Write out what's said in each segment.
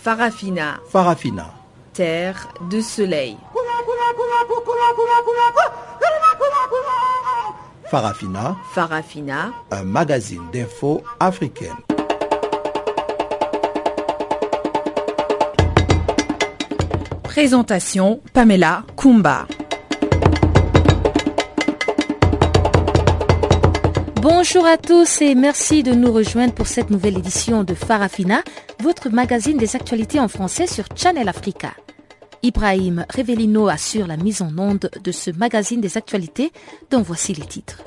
Farafina. Farafina. Terre de soleil. Farafina. Farafina. Un magazine d'infos africaine. Présentation Pamela Kumba. Bonjour à tous et merci de nous rejoindre pour cette nouvelle édition de Farafina, votre magazine des actualités en français sur Channel Africa. Ibrahim Revelino assure la mise en onde de ce magazine des actualités dont voici les titres.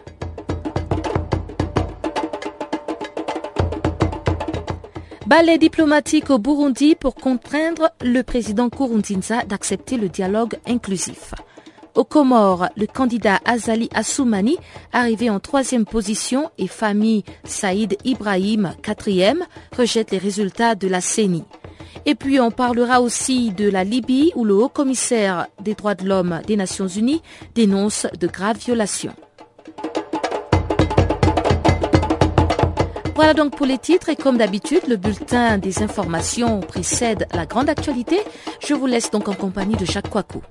Balai diplomatique au Burundi pour contraindre le président Nkurunziza d'accepter le dialogue inclusif. Aux Comores, le candidat Azali Assoumani, arrivé en 3e position, et Fami Saïd Ibrahim, 4e, rejette les résultats de la CENI. Et puis on parlera aussi de la Libye où le haut-commissaire des droits de l'homme des Nations Unies dénonce de graves violations. Voilà donc pour les titres et comme d'habitude, le bulletin des informations précède la grande actualité. Je vous laisse donc en compagnie de Jacques Kouakou.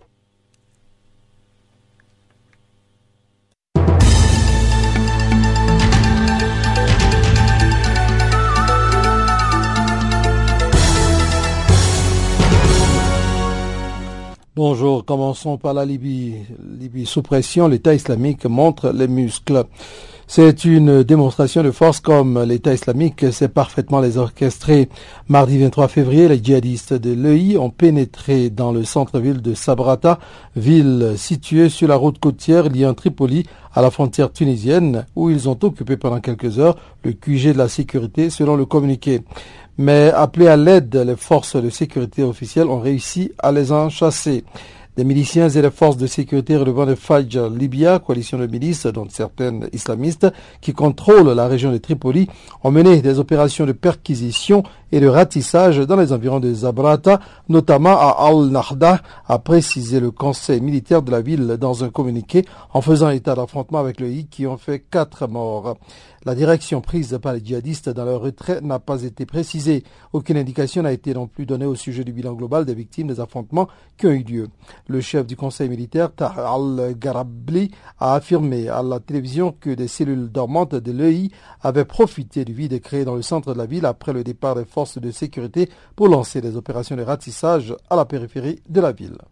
Bonjour, commençons par la Libye. Libye sous pression, l'État islamique montre les muscles. C'est une démonstration de force comme l'État islamique sait parfaitement les orchestrer. Mardi 23 février, les djihadistes de l'EI ont pénétré dans le centre-ville de Sabrata, ville située sur la route côtière liant Tripoli à la frontière tunisienne, où ils ont occupé pendant quelques heures le QG de la sécurité selon le communiqué. Mais appelés à l'aide, les forces de sécurité officielles ont réussi à les en chasser. Des miliciens et des forces de sécurité relevant de Fajr Libya, coalition de milices dont certaines islamistes qui contrôlent la région de Tripoli, ont mené des opérations de perquisition et de ratissage dans les environs de Zabrata, notamment à Al-Nahda, a précisé le conseil militaire de la ville dans un communiqué en faisant état d'affrontements avec le I qui ont fait 4 morts. La direction prise par les djihadistes dans leur retrait n'a pas été précisée. Aucune indication n'a été non plus donnée au sujet du bilan global des victimes des affrontements qui ont eu lieu. Le chef du conseil militaire, Tahar al-Garabli, a affirmé à la télévision que des cellules dormantes de l'EI avaient profité du vide créé dans le centre de la ville après le départ des forces de sécurité pour lancer des opérations de ratissage à la périphérie de la ville.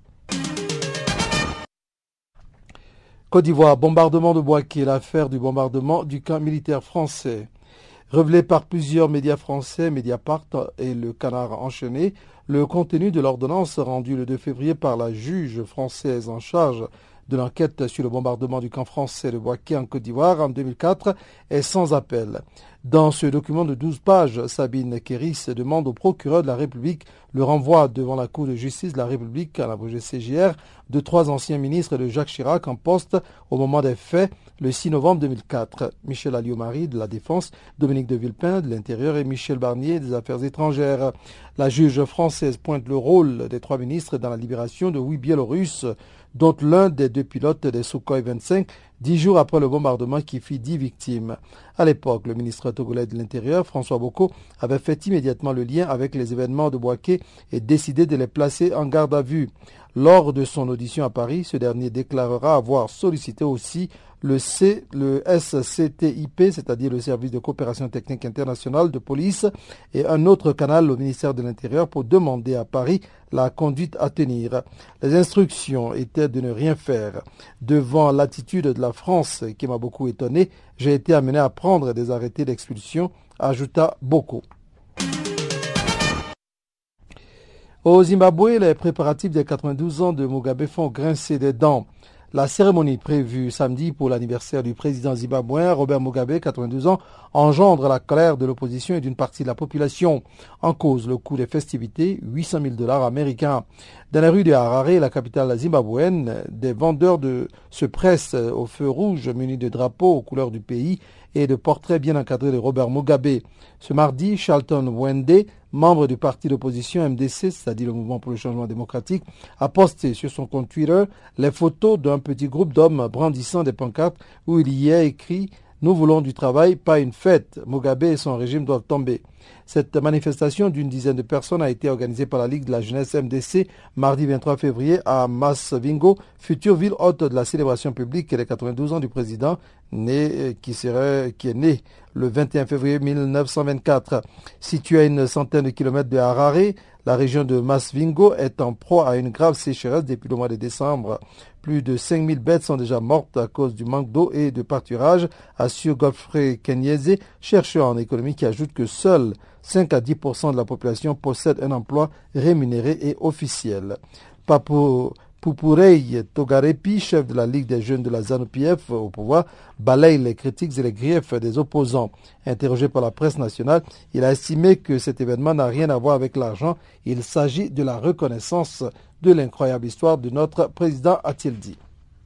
Côte d'Ivoire, bombardement de Bouaké, l'affaire du bombardement du camp militaire français. Révélé par plusieurs médias français, Mediapart et le Canard enchaîné, le contenu de l'ordonnance rendue le 2 février par la juge française en charge de l'enquête sur le bombardement du camp français de Bouaké en Côte d'Ivoire en 2004 est sans appel. Dans ce document de 12 pages, Sabine Kéris demande au procureur de la République le renvoi devant la Cour de justice de la République, à l'abrégé CJR, de 3 anciens ministres de Jacques Chirac en poste au moment des faits, le 6 novembre 2004. Michel Alliot-Marie de la Défense, Dominique de Villepin de l'Intérieur et Michel Barnier des Affaires étrangères. La juge française pointe le rôle des 3 ministres dans la libération de 8 Biélorusses, dont l'un des 2 pilotes des Sukhoi 25, 10 jours après le bombardement qui fit 10 victimes. À l'époque, le ministre togolais de l'Intérieur, François Boko, avait fait immédiatement le lien avec les événements de Bouaké et décidé de les placer en garde à vue. Lors de son audition à Paris, ce dernier déclarera avoir sollicité aussi le SCTIP, c'est-à-dire le Service de coopération technique internationale de police, et un autre canal au ministère de l'Intérieur pour demander à Paris la conduite à tenir. Les instructions étaient de ne rien faire. Devant l'attitude de la France, qui m'a beaucoup étonné, j'ai été amené à prendre des arrêtés d'expulsion, ajouta Boko. Au Zimbabwe, les préparatifs des 92 ans de Mugabe font grincer des dents. La cérémonie prévue samedi pour l'anniversaire du président zimbabwéen Robert Mugabe, 92 ans, engendre la colère de l'opposition et d'une partie de la population. En cause, le coût des festivités, $800,000 américains. Dans les rues de Harare, la capitale zimbabwéenne, des vendeurs se pressent au feu rouge munis de drapeaux aux couleurs du pays et de portraits bien encadrés de Robert Mugabe. Ce mardi, Charlton Wende, membre du parti d'opposition MDC, c'est-à-dire le Mouvement pour le changement démocratique, a posté sur son compte Twitter les photos d'un petit groupe d'hommes brandissant des pancartes où il y est écrit Nous voulons du travail, pas une fête. Mugabe et son régime doivent tomber. Cette manifestation d'une dizaine de personnes a été organisée par la Ligue de la Jeunesse MDC mardi 23 février à Masvingo, future ville hôte de la célébration publique des 92 ans du président qui est né le 21 février 1924. Située à une centaine de kilomètres de Harare, la région de Masvingo est en proie à une grave sécheresse depuis le mois de décembre. Plus de 5000 bêtes sont déjà mortes à cause du manque d'eau et de pâturage, assure Godfrey Kenyeze, chercheur en économie qui ajoute que seuls 5 à 10% de la population possède un emploi rémunéré et officiel. Pupurei Togarepi, chef de la Ligue des jeunes de la ZANU-PF au pouvoir, balaye les critiques et les griefs des opposants. Interrogé par la presse nationale, il a estimé que cet événement n'a rien à voir avec l'argent. Il s'agit de la reconnaissance de l'incroyable histoire de notre président, a-t-il dit.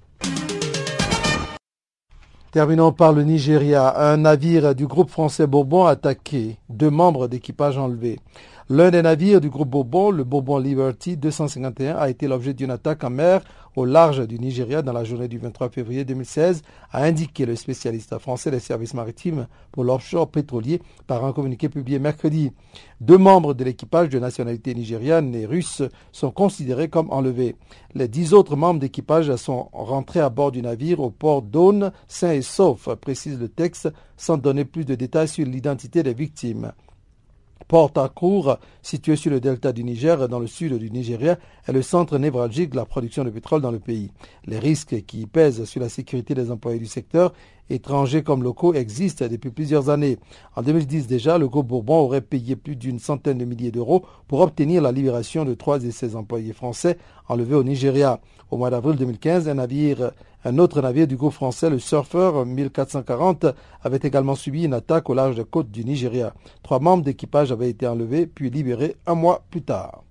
Terminons par le Nigeria. Un navire du groupe français Bourbon a attaqué. 2 membres d'équipage enlevés. L'un des navires du groupe Bourbon, le Bourbon Liberty 251, a été l'objet d'une attaque en mer au large du Nigeria dans la journée du 23 février 2016, a indiqué le spécialiste français des services maritimes pour l'offshore pétrolier par un communiqué publié mercredi. 2 membres de l'équipage de nationalité nigériane et russe sont considérés comme enlevés. Les 10 autres membres d'équipage sont rentrés à bord du navire au port d'Aune, sains et saufs, précise le texte, sans donner plus de détails sur l'identité des victimes. Port Harcourt, situé sur le delta du Niger, dans le sud du Nigeria, est le centre névralgique de la production de pétrole dans le pays. Les risques qui pèsent sur la sécurité des employés du secteur, étrangers comme locaux, existent depuis plusieurs années. En 2010 déjà, le groupe Bourbon aurait payé plus d'une centaine de milliers d'euros pour obtenir la libération de 3 de ses employés français enlevés au Nigeria. Au mois d'avril 2015, un autre navire du groupe français, le Surfer 1440, avait également subi une attaque au large des côtes du Nigeria. 3 membres d'équipage avaient été enlevés puis libérés un mois plus tard.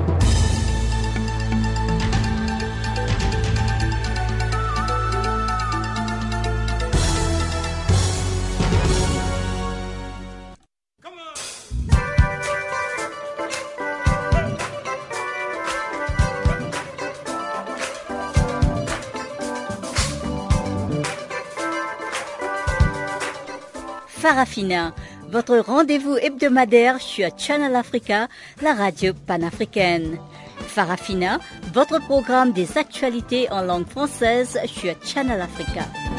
Farafina, votre rendez-vous hebdomadaire sur Channel Africa, la radio panafricaine. Farafina, votre programme des actualités en langue française sur Channel Africa.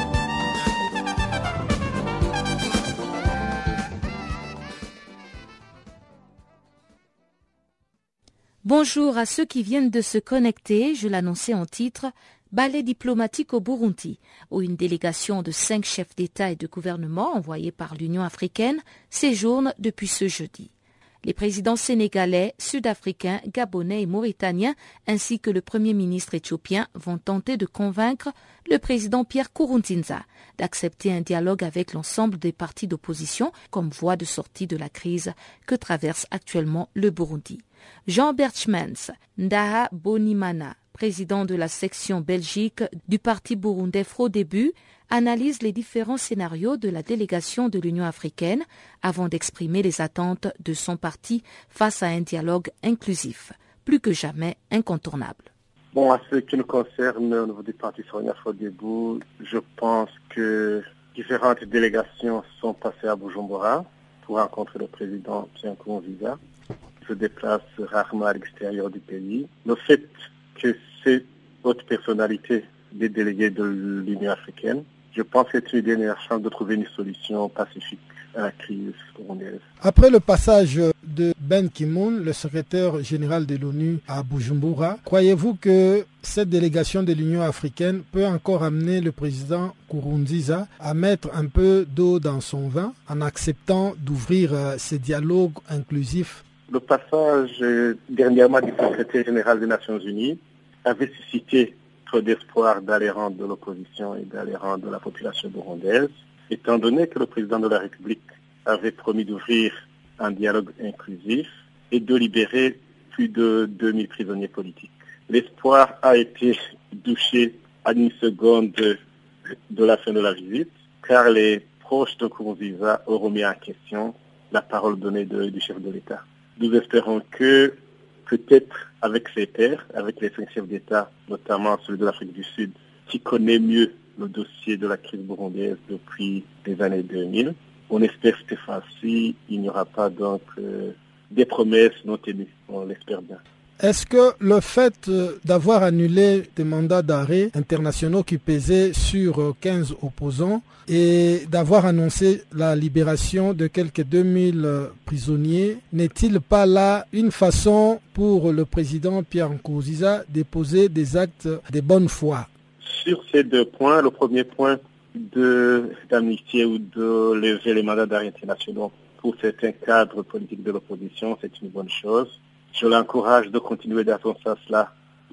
Bonjour à ceux qui viennent de se connecter, je l'annonçais en titre. Balai diplomatique au Burundi, où une délégation de 5 chefs d'État et de gouvernement envoyés par l'Union africaine séjourne depuis ce jeudi. Les présidents sénégalais, sud-africains, gabonais et mauritaniens, ainsi que le Premier ministre éthiopien, vont tenter de convaincre le président Pierre Nkurunziza d'accepter un dialogue avec l'ensemble des partis d'opposition comme voie de sortie de la crise que traverse actuellement le Burundi. Jean Berchmans, Ndaha Bonimana, président de la section Belgique du parti burundais Frodébu, analyse les différents scénarios de la délégation de l'Union africaine avant d'exprimer les attentes de son parti face à un dialogue inclusif, plus que jamais incontournable. Bon, à ce qui nous concerne au niveau du parti Frodébu, je pense que différentes délégations sont passées à Bujumbura pour rencontrer le président Pierre Nkurunziza. Il se déplace rarement à l'extérieur du pays. Le fait que ces hautes personnalités des délégués de l'Union africaine, je pense que c'est une dernière chance de trouver une solution pacifique à la crise burundaise. Après le passage de Ben Ki-moon, le secrétaire général de l'ONU à Bujumbura, croyez-vous que cette délégation de l'Union africaine peut encore amener le président Nkurunziza à mettre un peu d'eau dans son vin en acceptant d'ouvrir ces dialogues inclusifs? Le passage dernièrement du secrétaire général des Nations Unies avait suscité trop d'espoir dans les rangs de l'opposition et dans les rangs de la population burundaise, étant donné que le président de la République avait promis d'ouvrir un dialogue inclusif et de libérer plus de 2000 prisonniers politiques. L'espoir a été douché à une seconde de la fin de la visite, car les proches de Nkurunziza ont remis en question la parole donnée du chef de l'État. Nous espérons que, peut-être avec ses pairs, avec les 5 chefs d'État, notamment celui de l'Afrique du Sud, qui connaît mieux le dossier de la crise burundaise depuis les années 2000. On espère que cette fois-ci, il n'y aura pas donc des promesses non tenues. On l'espère bien. Est-ce que le fait d'avoir annulé des mandats d'arrêt internationaux qui pesaient sur 15 opposants et d'avoir annoncé la libération de quelques 2000 prisonniers, n'est-il pas là une façon pour le président Pierre Nkurunziza de poser des actes de bonne foi? Sur ces deux points, le premier point d'amnistier ou de lever les mandats d'arrêt internationaux pour certains cadres politiques de l'opposition, c'est une bonne chose. Je l'encourage de continuer dans ce sens-là,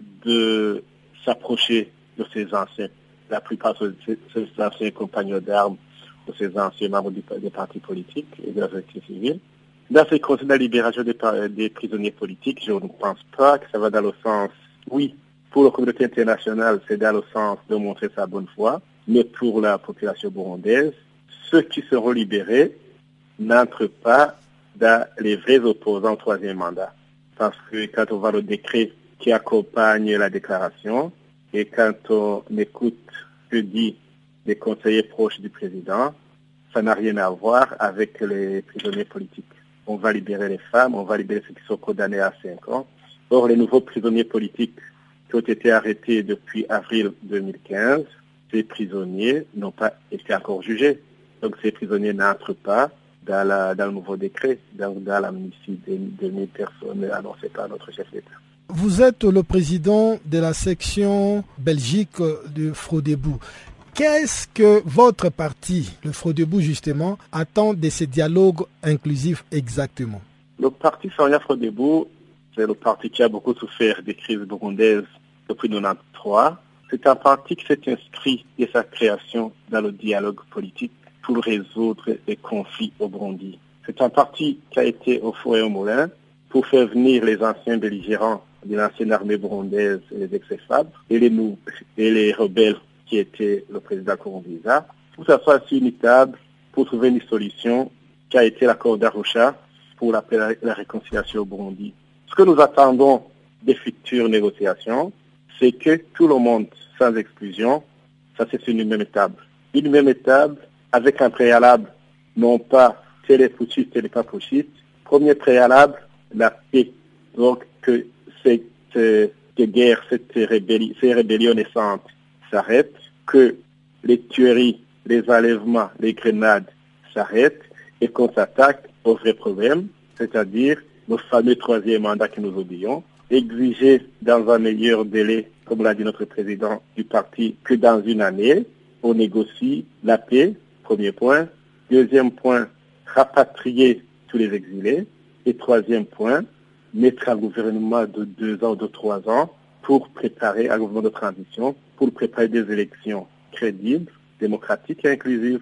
de s'approcher de ces anciens, la plupart de ces anciens compagnons d'armes, de ces anciens membres des partis politiques et de la société civile. Dans ce qui concerne la libération des prisonniers politiques, je ne pense pas que ça va dans le sens, oui, pour la communauté internationale, c'est dans le sens de montrer sa bonne foi, mais pour la population burundaise, ceux qui seront libérés n'entrent pas dans les vrais opposants au troisième mandat. Parce que quand on voit le décret qui accompagne la déclaration et quand on écoute ce que disent les conseillers proches du président, ça n'a rien à voir avec les prisonniers politiques. On va libérer les femmes, on va libérer ceux qui sont condamnés à 5 ans. Or, les nouveaux prisonniers politiques qui ont été arrêtés depuis avril 2015, ces prisonniers n'ont pas été encore jugés. Donc, ces prisonniers n'entrent pas dans le nouveau décret, dans l'amnistie de 2000 personnes annoncées par notre chef d'État. Vous êtes le président de la section Belgique de Frodebou. Qu'est-ce que votre parti, le Frodebou justement, attend de ce dialogue inclusif exactement? Le parti Sonia Frodebou, c'est le parti qui a beaucoup souffert des crises burundaises depuis 1993. C'est un parti qui s'est inscrit dès sa création dans le dialogue politique pour résoudre les conflits au Burundi. C'est un parti qui a été au four et au moulin pour faire venir les anciens belligérants de l'ancienne armée burundaise et les ex-FAB et les rebelles qui étaient le président Nkurunziza, pour s'asseoir sur une table pour trouver une solution qui a été l'accord d'Arusha pour la réconciliation au Burundi. Ce que nous attendons des futures négociations, c'est que tout le monde, sans exclusion, s'assied sur une même table. Une même table avec un préalable, non pas tel est putschiste, tel n'est pas putschiste. Premier préalable, la paix. Donc que cette guerre, ces rébellions naissantes s'arrêtent, que les tueries, les enlèvements, les grenades s'arrêtent et qu'on s'attaque au vrai problème, c'est-à-dire le fameux troisième mandat que nous oublions, exiger dans un meilleur délai, comme l'a dit notre président du parti, que dans une année, on négocie la paix. Premier point. Deuxième point, rapatrier tous les exilés. Et troisième point, mettre un gouvernement de 2 ans ou de 3 ans pour préparer un gouvernement de transition, pour préparer des élections crédibles, démocratiques et inclusives.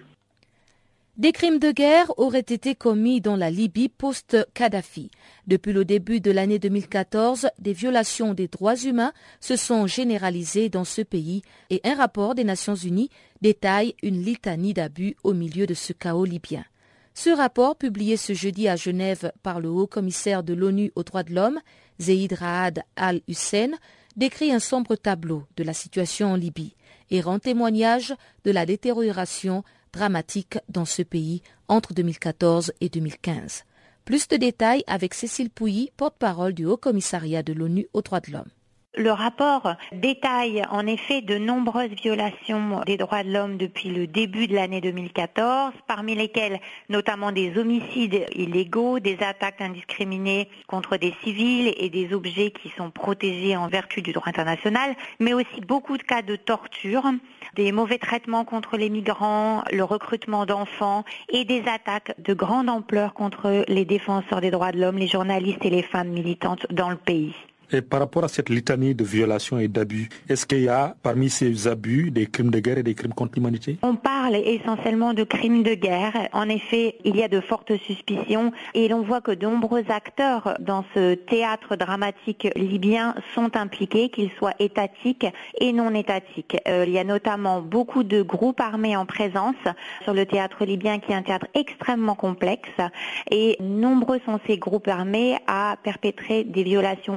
Des crimes de guerre auraient été commis dans la Libye post-Kadhafi. Depuis le début de l'année 2014, des violations des droits humains se sont généralisées dans ce pays et un rapport des Nations Unies détaille une litanie d'abus au milieu de ce chaos libyen. Ce rapport, publié ce jeudi à Genève par le haut-commissaire de l'ONU aux droits de l'homme, Zeid Raad al-Hussein, décrit un sombre tableau de la situation en Libye et rend témoignage de la détérioration dramatique dans ce pays entre 2014 et 2015. Plus de détails avec Cécile Pouilly, porte-parole du Haut-Commissariat de l'ONU aux droits de l'homme. Le rapport détaille en effet de nombreuses violations des droits de l'homme depuis le début de l'année 2014, parmi lesquelles notamment des homicides illégaux, des attaques indiscriminées contre des civils et des objets qui sont protégés en vertu du droit international, mais aussi beaucoup de cas de torture, des mauvais traitements contre les migrants, le recrutement d'enfants et des attaques de grande ampleur contre les défenseurs des droits de l'homme, les journalistes et les femmes militantes dans le pays. Et par rapport à cette litanie de violations et d'abus, est-ce qu'il y a parmi ces abus des crimes de guerre et des crimes contre l'humanité? On parle essentiellement de crimes de guerre. En effet, il y a de fortes suspicions et l'on voit que de nombreux acteurs dans ce théâtre dramatique libyen sont impliqués, qu'ils soient étatiques et non étatiques. Il y a notamment beaucoup de groupes armés en présence sur le théâtre libyen qui est un théâtre extrêmement complexe et nombreux sont ces groupes armés à perpétrer des violations graves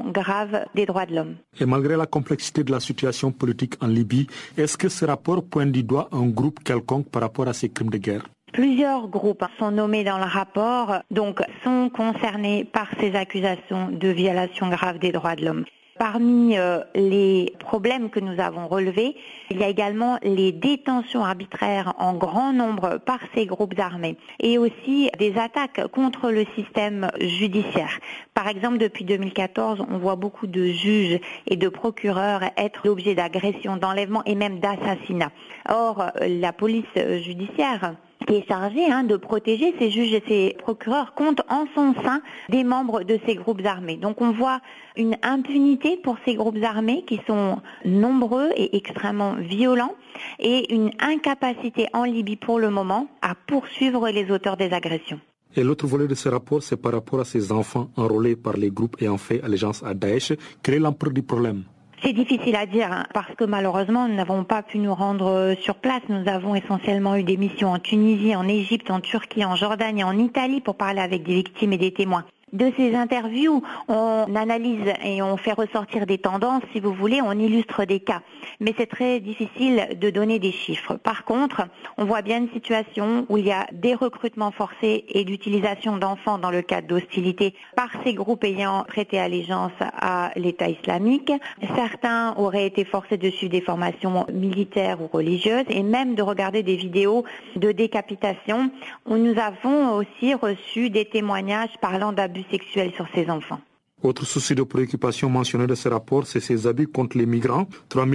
graves des droits de l'homme. Et malgré la complexité de la situation politique en Libye, est-ce que ce rapport pointe du doigt un groupe quelconque par rapport à ces crimes de guerre? Plusieurs groupes sont nommés dans le rapport, donc sont concernés par ces accusations de violation grave des droits de l'homme. Parmi les problèmes que nous avons relevés, il y a également les détentions arbitraires en grand nombre par ces groupes armés et aussi des attaques contre le système judiciaire. Par exemple, depuis 2014, on voit beaucoup de juges et de procureurs être l'objet d'agressions, d'enlèvements et même d'assassinats. Or, la police judiciaire qui est chargé de protéger ces juges et ces procureurs, compte en son sein des membres de ces groupes armés. Donc on voit une impunité pour ces groupes armés qui sont nombreux et extrêmement violents et une incapacité en Libye pour le moment à poursuivre les auteurs des agressions. Et l'autre volet de ce rapport, c'est par rapport à ces enfants enrôlés par les groupes ayant fait allégeance à Daesh. Quelle est l'ampleur du problème ? C'est difficile à dire parce que malheureusement nous n'avons pas pu nous rendre sur place. Nous avons essentiellement eu des missions en Tunisie, en Égypte, en Turquie, en Jordanie et en Italie pour parler avec des victimes et des témoins. De ces interviews, on analyse et on fait ressortir des tendances, si vous voulez, on illustre des cas. Mais c'est très difficile de donner des chiffres. Par contre, on voit bien une situation où il y a des recrutements forcés et d'utilisation d'enfants dans le cadre d'hostilités par ces groupes ayant prêté allégeance à l'État islamique. Certains auraient été forcés de suivre des formations militaires ou religieuses et même de regarder des vidéos de décapitation où nous avons aussi reçu des témoignages parlant d'abus sexuels sur ces enfants. Autre souci de préoccupation mentionné de ce rapport, c'est ces abus contre les migrants.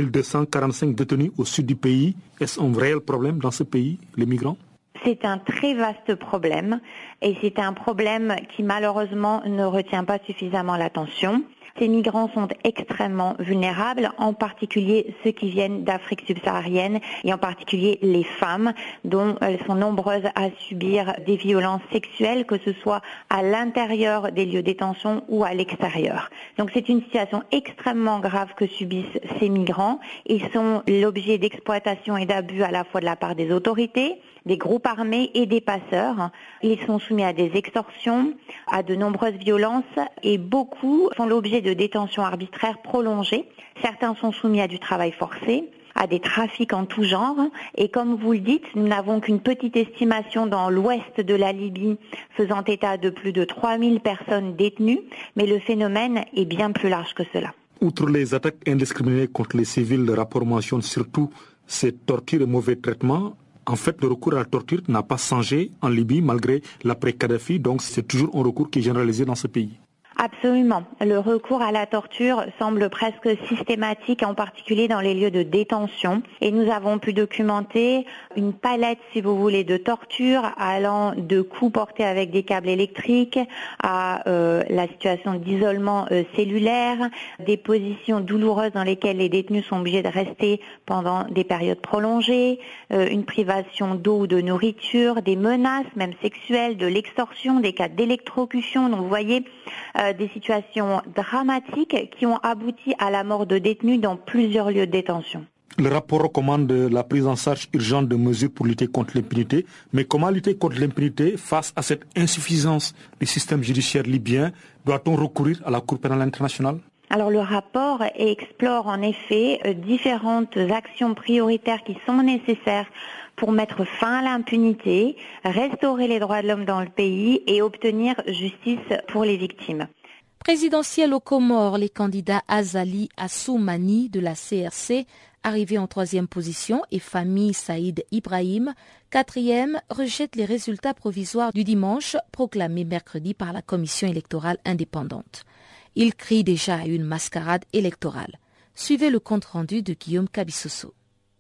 3245 détenus au sud du pays. Est-ce un réel problème dans ce pays, les migrants ? C'est un très vaste problème et c'est un problème qui malheureusement ne retient pas suffisamment l'attention. Ces migrants sont extrêmement vulnérables, en particulier ceux qui viennent d'Afrique subsaharienne et en particulier les femmes, dont elles sont nombreuses à subir des violences sexuelles, que ce soit à l'intérieur des lieux de détention ou à l'extérieur. Donc c'est une situation extrêmement grave que subissent ces migrants. Ils sont l'objet d'exploitation et d'abus à la fois de la part des autorités, des groupes armés et des passeurs. Ils sont soumis à des extorsions, à de nombreuses violences et beaucoup font l'objet de détentions arbitraires prolongées. Certains sont soumis à du travail forcé, à des trafics en tout genre. Et comme vous le dites, nous n'avons qu'une petite estimation dans l'ouest de la Libye faisant état de plus de 3000 personnes détenues, mais le phénomène est bien plus large que cela. Outre les attaques indiscriminées contre les civils, le rapport mentionne surtout ces tortures et mauvais traitements. En fait, le recours à la torture n'a pas changé en Libye malgré l'après-Kadhafi, donc c'est toujours un recours qui est généralisé dans ce pays. Absolument. Le recours à la torture semble presque systématique, en particulier dans les lieux de détention. Et nous avons pu documenter une palette, si vous voulez, de tortures allant de coups portés avec des câbles électriques à la situation d'isolement cellulaire, des positions douloureuses dans lesquelles les détenus sont obligés de rester pendant des périodes prolongées, une privation d'eau ou de nourriture, des menaces, même sexuelles, de l'extorsion, des cas d'électrocution. Donc vous voyez des situations dramatiques qui ont abouti à la mort de détenus dans plusieurs lieux de détention. Le rapport recommande la prise en charge urgente de mesures pour lutter contre l'impunité. Mais comment lutter contre l'impunité face à cette insuffisance du système judiciaire libyen? Doit-on recourir à la Cour pénale internationale? Alors le rapport explore en effet différentes actions prioritaires qui sont nécessaires pour mettre fin à l'impunité, restaurer les droits de l'homme dans le pays et obtenir justice pour les victimes. Présidentielle aux Comores, les candidats Azali Assoumani de la CRC, arrivé en 3e position, et Fahmi Saïd Ibrahim, 4e, rejettent les résultats provisoires du dimanche proclamés mercredi par la Commission électorale indépendante. Ils crient déjà à une mascarade électorale. Suivez le compte-rendu de Guillaume Kabissoso.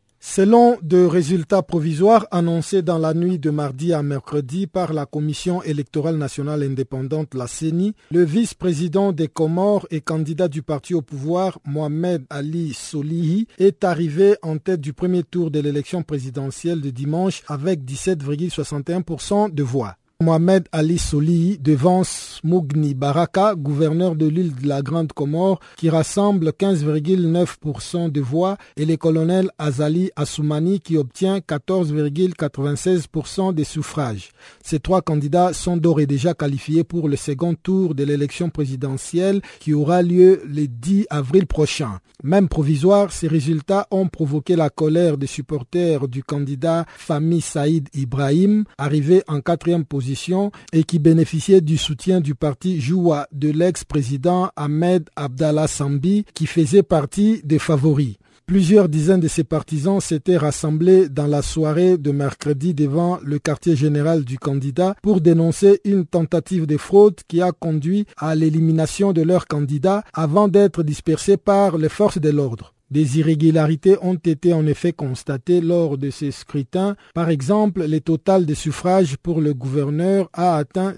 Selon de résultats provisoires annoncés dans la nuit de mardi à mercredi par la Commission électorale nationale indépendante, la CENI, le vice-président des Comores et candidat du parti au pouvoir, Mohamed Ali Solihi, est arrivé en tête du premier tour de l'élection présidentielle de dimanche avec 17,61% de voix. Mohamed Ali Solihi devance Mougni Baraka, gouverneur de l'île de la Grande Comore, qui rassemble 15,9% de voix, et le colonel Azali Assoumani qui obtient 14,96% des suffrages. Ces trois candidats sont d'ores et déjà qualifiés pour le second tour de l'élection présidentielle qui aura lieu le 10 avril prochain. Même provisoire, ces résultats ont provoqué la colère des supporters du candidat Fahmi Saïd Ibrahim, arrivé en 4e position et qui bénéficiait du soutien du parti Joua de l'ex-président Ahmed Abdallah Sambi, qui faisait partie des favoris. Plusieurs dizaines de ses partisans s'étaient rassemblés dans la soirée de mercredi devant le quartier général du candidat pour dénoncer une tentative de fraude qui a conduit à l'élimination de leur candidat avant d'être dispersés par les forces de l'ordre. Des irrégularités ont été en effet constatées lors de ces scrutins. Par exemple, le total des suffrages pour le gouverneur a atteint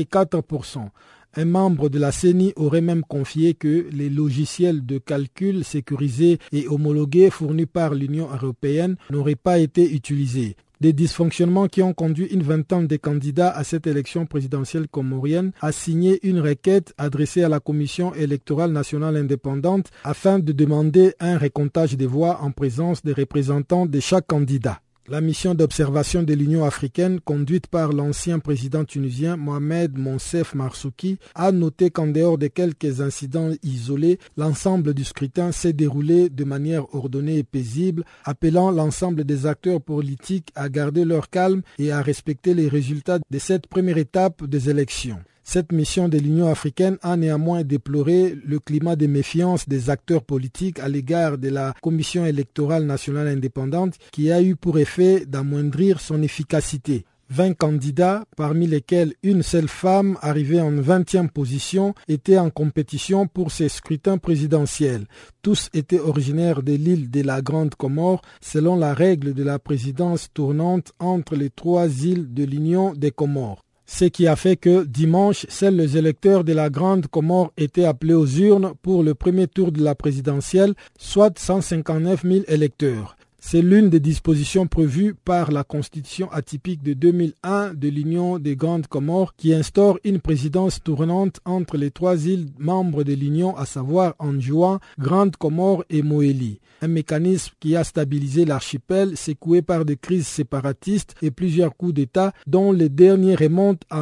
104%. Un membre de la CENI aurait même confié que les logiciels de calcul sécurisés et homologués fournis par l'Union européenne n'auraient pas été utilisés. Des dysfonctionnements qui ont conduit une vingtaine de candidats à cette élection présidentielle comorienne à signer une requête adressée à la Commission électorale nationale indépendante afin de demander un recomptage des voix en présence des représentants de chaque candidat. La mission d'observation de l'Union africaine, conduite par l'ancien président tunisien Mohamed Monsef Marsouki, a noté qu'en dehors de quelques incidents isolés, l'ensemble du scrutin s'est déroulé de manière ordonnée et paisible, appelant l'ensemble des acteurs politiques à garder leur calme et à respecter les résultats de cette première étape des élections. Cette mission de l'Union africaine a néanmoins déploré le climat de méfiance des acteurs politiques à l'égard de la Commission électorale nationale indépendante qui a eu pour effet d'amoindrir son efficacité. 20 candidats, parmi lesquels une seule femme arrivée en 20e position, étaient en compétition pour ces scrutins présidentiels. Tous étaient originaires de l'île de la Grande Comore, selon la règle de la présidence tournante entre les trois îles de l'Union des Comores. Ce qui a fait que dimanche, seuls les électeurs de la Grande Comore étaient appelés aux urnes pour le premier tour de la présidentielle, soit 159 000 électeurs. C'est l'une des dispositions prévues par la Constitution atypique de 2001 de l'Union des Grandes Comores qui instaure une présidence tournante entre les trois îles membres de l'Union, à savoir Anjouan, Grande Comore et Moélie. Un mécanisme qui a stabilisé l'archipel secoué par des crises séparatistes et plusieurs coups d'État dont les derniers remontent en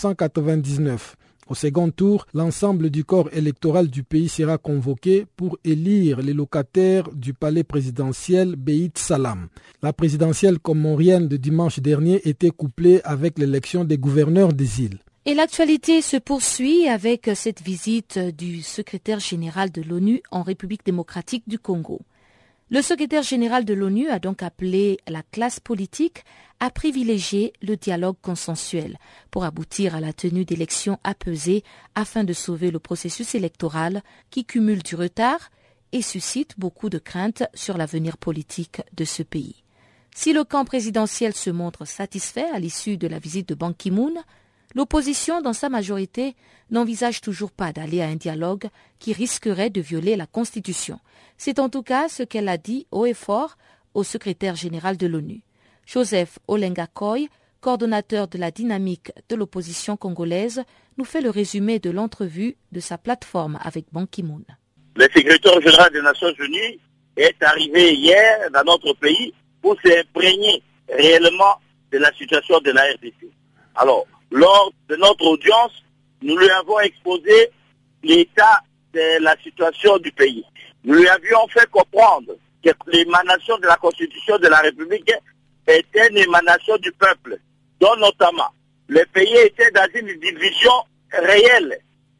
1999. Au second tour, l'ensemble du corps électoral du pays sera convoqué pour élire les locataires du palais présidentiel Beit Salam. La présidentielle comorienne de dimanche dernier était couplée avec l'élection des gouverneurs des îles. Et l'actualité se poursuit avec cette visite du secrétaire général de l'ONU en République démocratique du Congo. Le secrétaire général de l'ONU a donc appelé la classe politique à privilégier le dialogue consensuel pour aboutir à la tenue d'élections apaisées afin de sauver le processus électoral qui cumule du retard et suscite beaucoup de craintes sur l'avenir politique de ce pays. Si le camp présidentiel se montre satisfait à l'issue de la visite de Ban Ki-moon, l'opposition dans sa majorité n'envisage toujours pas d'aller à un dialogue qui risquerait de violer la Constitution. C'est en tout cas ce qu'elle a dit haut et fort au secrétaire général de l'ONU. Joseph Olenga Koy, coordonnateur de la dynamique de l'opposition congolaise, nous fait le résumé de l'entrevue de sa plateforme avec Ban Ki-moon. Le secrétaire général des Nations Unies est arrivé hier dans notre pays pour s'imprégner réellement de la situation de la RDC. Alors, lors de notre audience, nous lui avons exposé l'état de la situation du pays. Nous lui avions fait comprendre que l'émanation de la Constitution de la République était une émanation du peuple, dont notamment le pays était dans une division réelle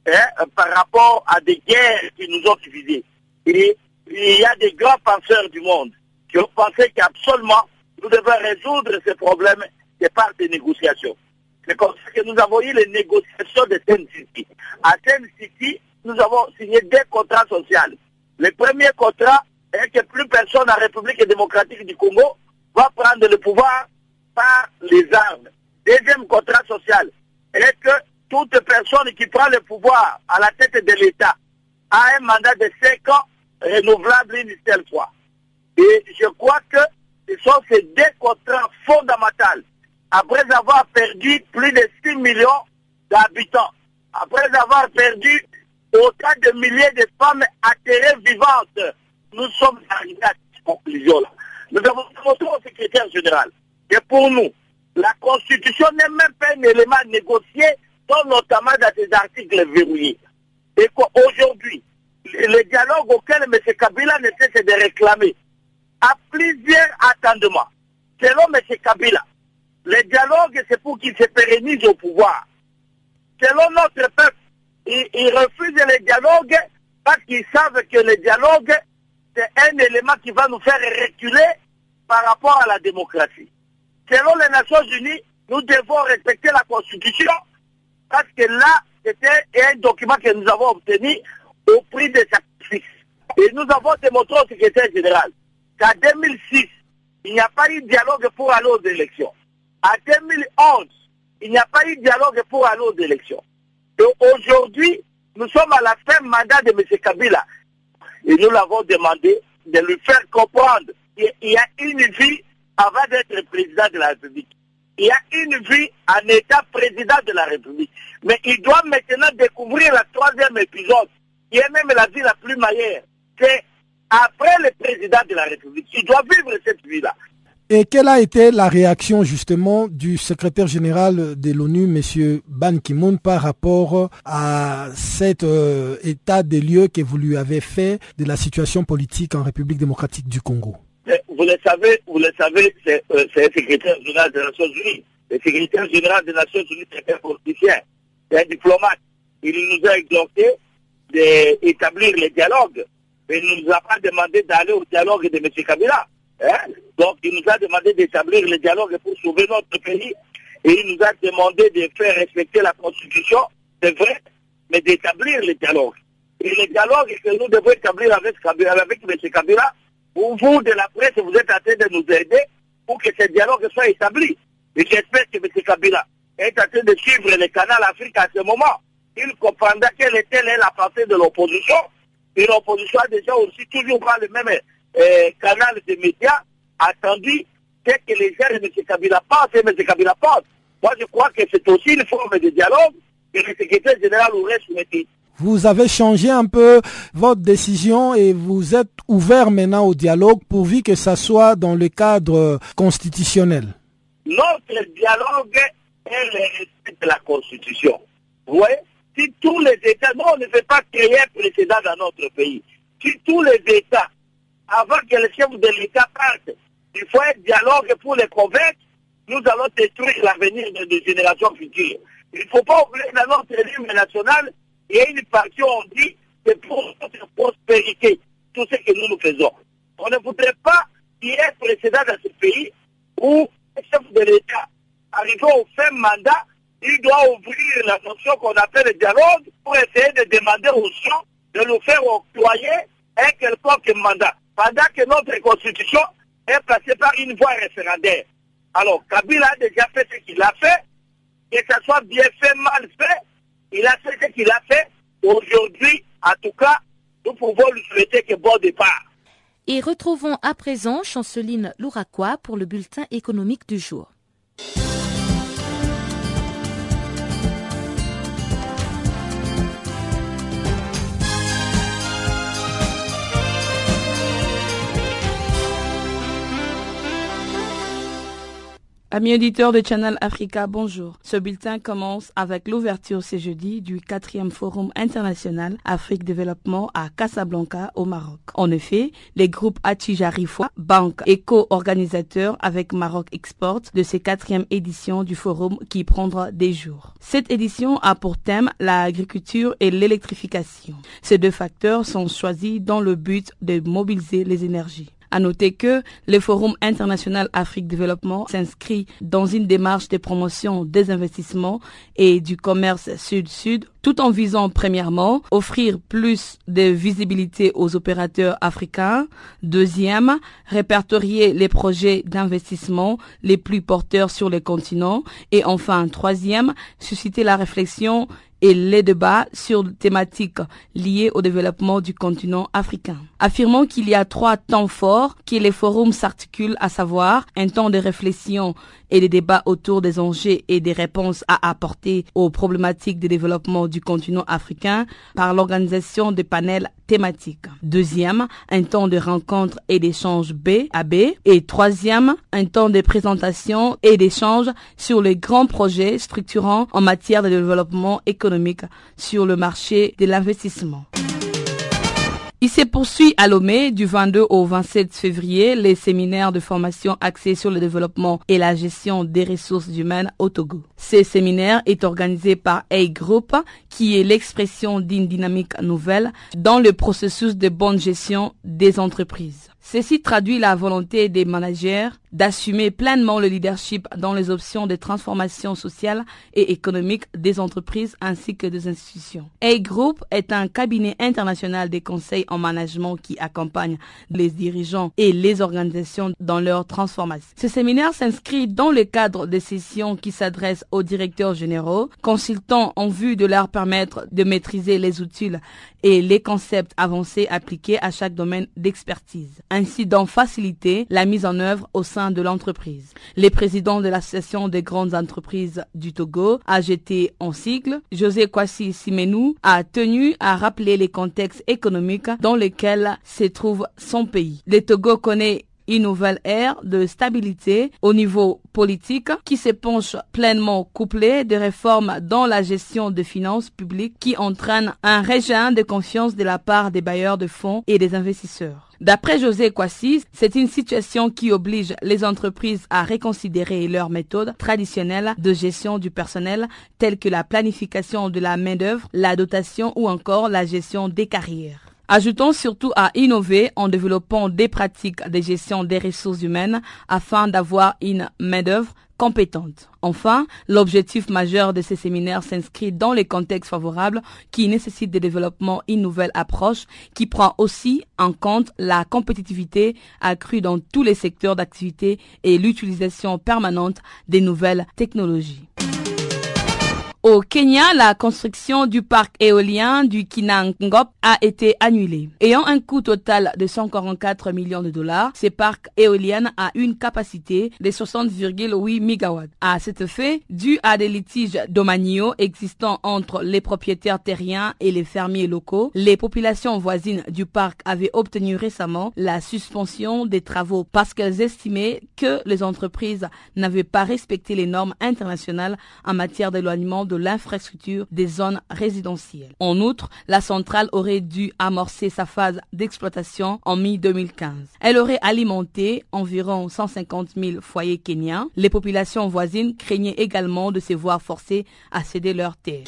par rapport à des guerres qui nous ont divisés. Et il y a des grands penseurs du monde qui ont pensé qu'absolument nous devons résoudre ces problèmes par des négociations. C'est comme ça que nous avons eu les négociations de Ten City. À Ten City, nous avons signé 2 contrats sociaux. Le premier contrat est que plus personne en République démocratique du Congo va prendre le pouvoir par les armes. Deuxième contrat social est que toute personne qui prend le pouvoir à la tête de l'État a un mandat de 5 ans renouvelable une seule fois. Et je crois que ce sont ces 2 contrats fondamentaux après avoir perdu plus de 6 millions d'habitants, après avoir perdu autant de milliers de femmes atterrées vivantes, nous sommes arrivés à cette conclusion-là. Nous avons montré au secrétaire général que pour nous, la Constitution n'est même pas un élément négocié, dont notamment dans ces articles verrouillés. Et qu'aujourd'hui, le dialogue auquel M. Kabila ne cesse de réclamer a plusieurs attendements. Selon M. Kabila, le dialogue, c'est pour qu'il se pérennise au pouvoir. Selon notre peuple, ils refusent le dialogue parce qu'ils savent que le dialogue, c'est un élément qui va nous faire reculer par rapport à la démocratie. Selon les Nations Unies, nous devons respecter la Constitution parce que là, c'était un document que nous avons obtenu au prix de sacrifices. Et nous avons démontré au secrétaire général qu'en 2006, il n'y a pas eu de dialogue pour aller aux élections. En 2011, il n'y a pas eu de dialogue pour aller aux élections. Et aujourd'hui, nous sommes à la fin mandat de M. Kabila. Et nous l'avons demandé de lui faire comprendre qu'il y a une vie avant d'être président de la République. Il y a une vie en état président de la République. Mais il doit maintenant découvrir le troisième épisode, qui est même la vie la plus meilleure. C'est après le président de la République. Il doit vivre cette vie-là. Et quelle a été la réaction justement du secrétaire général de l'ONU, M. Ban Ki-moon, par rapport à cet état des lieux que vous lui avez fait de la situation politique en République démocratique du Congo? Vous le savez, c'est le secrétaire général des Nations Unies. Le secrétaire général des Nations Unies, c'est un politicien, c'est un diplomate. Il nous a exhorté d'établir le dialogue. Mais il ne nous a pas demandé d'aller au dialogue de M. Kabila. Donc il nous a demandé d'établir le dialogue pour sauver notre pays. Et il nous a demandé de faire respecter la Constitution, c'est vrai, mais d'établir le dialogue. Et le dialogue que nous devons établir avec M. Kabila, pour vous de la presse, vous êtes en train de nous aider pour que ce dialogue soit établi. Et j'espère que M. Kabila est en train de suivre le canal Afrique à ce moment. Il comprendra quelle était la pensée de l'opposition. Et l'opposition a déjà aussi toujours pas le même canal de médias attendu que les gens de M. Kabila pensent et M. Kabila pense. Moi, je crois que c'est aussi une forme de dialogue que le secrétaire général aurait souhaité. Vous avez changé un peu votre décision et vous êtes ouvert maintenant au dialogue pourvu que ça soit dans le cadre constitutionnel. Notre dialogue est le respect de la Constitution. Vous voyez, si tous les États, nous on ne veut pas créer un précédent dans notre pays. Si tous les États, avant que le chef de l'État parte, il faut un dialogue pour les convaincre, nous allons détruire l'avenir des générations futures. Il ne faut pas oublier dans notre hymne national, il y a une partie où on dit c'est pour notre prospérité, tout ce que nous faisons. On ne voudrait pas qu'il y ait un précédent dans ce pays où le chef de l'État, arrivé au fin mandat, il doit ouvrir la notion qu'on appelle le dialogue pour essayer de demander aux gens de nous faire octroyer un quelconque mandat. Pendant que notre constitution est passée par une voie référendaire. Alors, Kabila a déjà fait ce qu'il a fait, que ça soit bien fait, mal fait, il a fait ce qu'il a fait. Aujourd'hui, en tout cas, nous pouvons lui souhaiter que bon départ. Et retrouvons à présent Chanceline Louraquois pour le bulletin économique du jour. Amis auditeurs de Channel Africa, bonjour. Ce bulletin commence avec l'ouverture ce jeudi du 4e Forum international Afrique Développement à Casablanca au Maroc. En effet, les groupes Attijarifois, Banque et co-organisateurs avec Maroc Export de cette 4e édition du forum qui prendra des jours. Cette édition a pour thème l'agriculture et l'électrification. Ces deux facteurs sont choisis dans le but de mobiliser les énergies. À noter que le Forum international Afrique Développement s'inscrit dans une démarche de promotion des investissements et du commerce sud-sud, tout en visant premièrement offrir plus de visibilité aux opérateurs africains. Deuxième, répertorier les projets d'investissement les plus porteurs sur le continent. Et enfin, troisième, susciter la réflexion et les débats sur des thématiques liées au développement du continent africain. Affirmons qu'il y a 3 temps forts que les forums s'articulent, à savoir un temps de réflexion et des débats autour des enjeux et des réponses à apporter aux problématiques de développement du continent africain par l'organisation de panels thématiques. Deuxième, un temps de rencontres et d'échanges B à B. Et troisième, un temps de présentation et d'échanges sur les grands projets structurants en matière de développement économique sur le marché de l'investissement. Il se poursuit à Lomé du 22 au 27 février les séminaires de formation axés sur le développement et la gestion des ressources humaines au Togo. Ce séminaire est organisé par A Group, qui est l'expression d'une dynamique nouvelle dans le processus de bonne gestion des entreprises. Ceci traduit la volonté des managers d'assumer pleinement le leadership dans les options de transformation sociale et économique des entreprises ainsi que des institutions. A Group est un cabinet international des conseils en management qui accompagne les dirigeants et les organisations dans leur transformation. Ce séminaire s'inscrit dans le cadre des sessions qui s'adressent aux directeurs généraux, consultants en vue de leur permettre de maîtriser les outils et les concepts avancés appliqués à chaque domaine d'expertise, ainsi d'en faciliter la mise en œuvre au sein de l'entreprise. Les présidents de l'Association des grandes entreprises du Togo, AGT en sigle, José Kwasi Simenou, a tenu à rappeler les contextes économiques dans lesquels se trouve son pays. Le Togo connaît une nouvelle ère de stabilité au niveau politique qui se penche pleinement couplée de réformes dans la gestion des finances publiques qui entraînent un regain de confiance de la part des bailleurs de fonds et des investisseurs. D'après José Kwasi, c'est une situation qui oblige les entreprises à reconsidérer leurs méthodes traditionnelles de gestion du personnel telles que la planification de la main-d'œuvre, la dotation ou encore la gestion des carrières. Ajoutons surtout à innover en développant des pratiques de gestion des ressources humaines afin d'avoir une main-d'œuvre compétente. Enfin, l'objectif majeur de ces séminaires s'inscrit dans les contextes favorables qui nécessitent de développement une nouvelle approche qui prend aussi en compte la compétitivité accrue dans tous les secteurs d'activité et l'utilisation permanente des nouvelles technologies. Au Kenya, la construction du parc éolien du Kinangop a été annulée. Ayant un coût total de 144 millions de dollars, ce parc éolien a une capacité de 60,8 MW. À cet effet, dû à des litiges domaniaux existants entre les propriétaires terriens et les fermiers locaux, les populations voisines du parc avaient obtenu récemment la suspension des travaux parce qu'elles estimaient que les entreprises n'avaient pas respecté les normes internationales en matière d'éloignement de l'infrastructure des zones résidentielles. En outre, la centrale aurait dû amorcer sa phase d'exploitation en mi-2015. Elle aurait alimenté environ 150 000 foyers kenyans. Les populations voisines craignaient également de se voir forcées à céder leurs terres.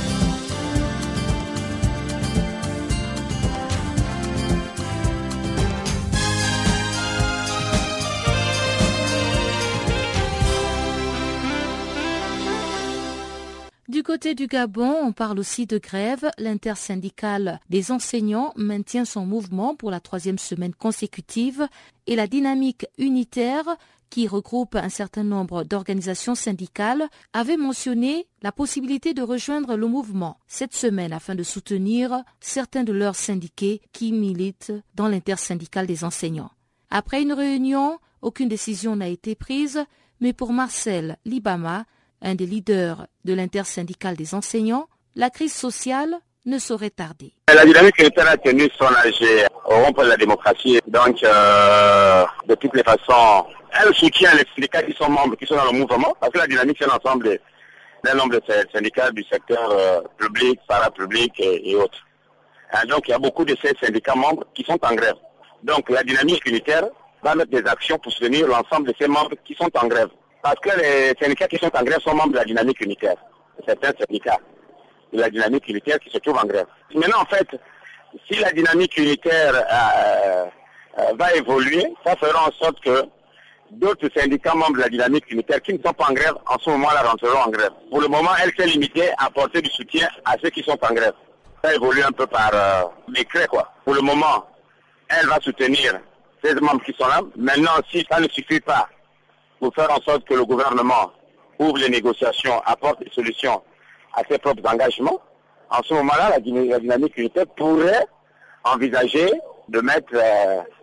Du côté du Gabon, on parle aussi de grève. L'intersyndicale des enseignants maintient son mouvement pour la 3e semaine consécutive et la dynamique unitaire, qui regroupe un certain nombre d'organisations syndicales, avait mentionné la possibilité de rejoindre le mouvement cette semaine afin de soutenir certains de leurs syndiqués qui militent dans l'intersyndicale des enseignants. Après une réunion, aucune décision n'a été prise, mais pour Marcel Libama, un des leaders de l'intersyndicale des enseignants, la crise sociale ne saurait tarder. La dynamique unitaire a tenu son âge au rond-point de la démocratie. Donc, de toutes les façons, elle soutient les syndicats qui sont membres, qui sont dans le mouvement, parce que la dynamique, c'est l'ensemble d'un nombre de syndicats du secteur public, parapublic et autres. Donc, il y a beaucoup de ces syndicats membres qui sont en grève. Donc, la dynamique unitaire va mettre des actions pour soutenir l'ensemble de ces membres qui sont en grève. Parce que les syndicats qui sont en grève sont membres de la dynamique unitaire. Certains syndicats de la dynamique unitaire qui se trouvent en grève. Maintenant, en fait, si la dynamique unitaire va évoluer, ça fera en sorte que d'autres syndicats membres de la dynamique unitaire qui ne sont pas en grève, en ce moment-là, rentreront en grève. Pour le moment, elle s'est limitée à apporter du soutien à ceux qui sont en grève. Ça évolue un peu par décret, quoi. Pour le moment, elle va soutenir ces membres qui sont là. Maintenant, si ça ne suffit pas pour faire en sorte que le gouvernement ouvre les négociations, apporte des solutions à ses propres engagements, en ce moment-là, la dynamique unitaire pourrait envisager de mettre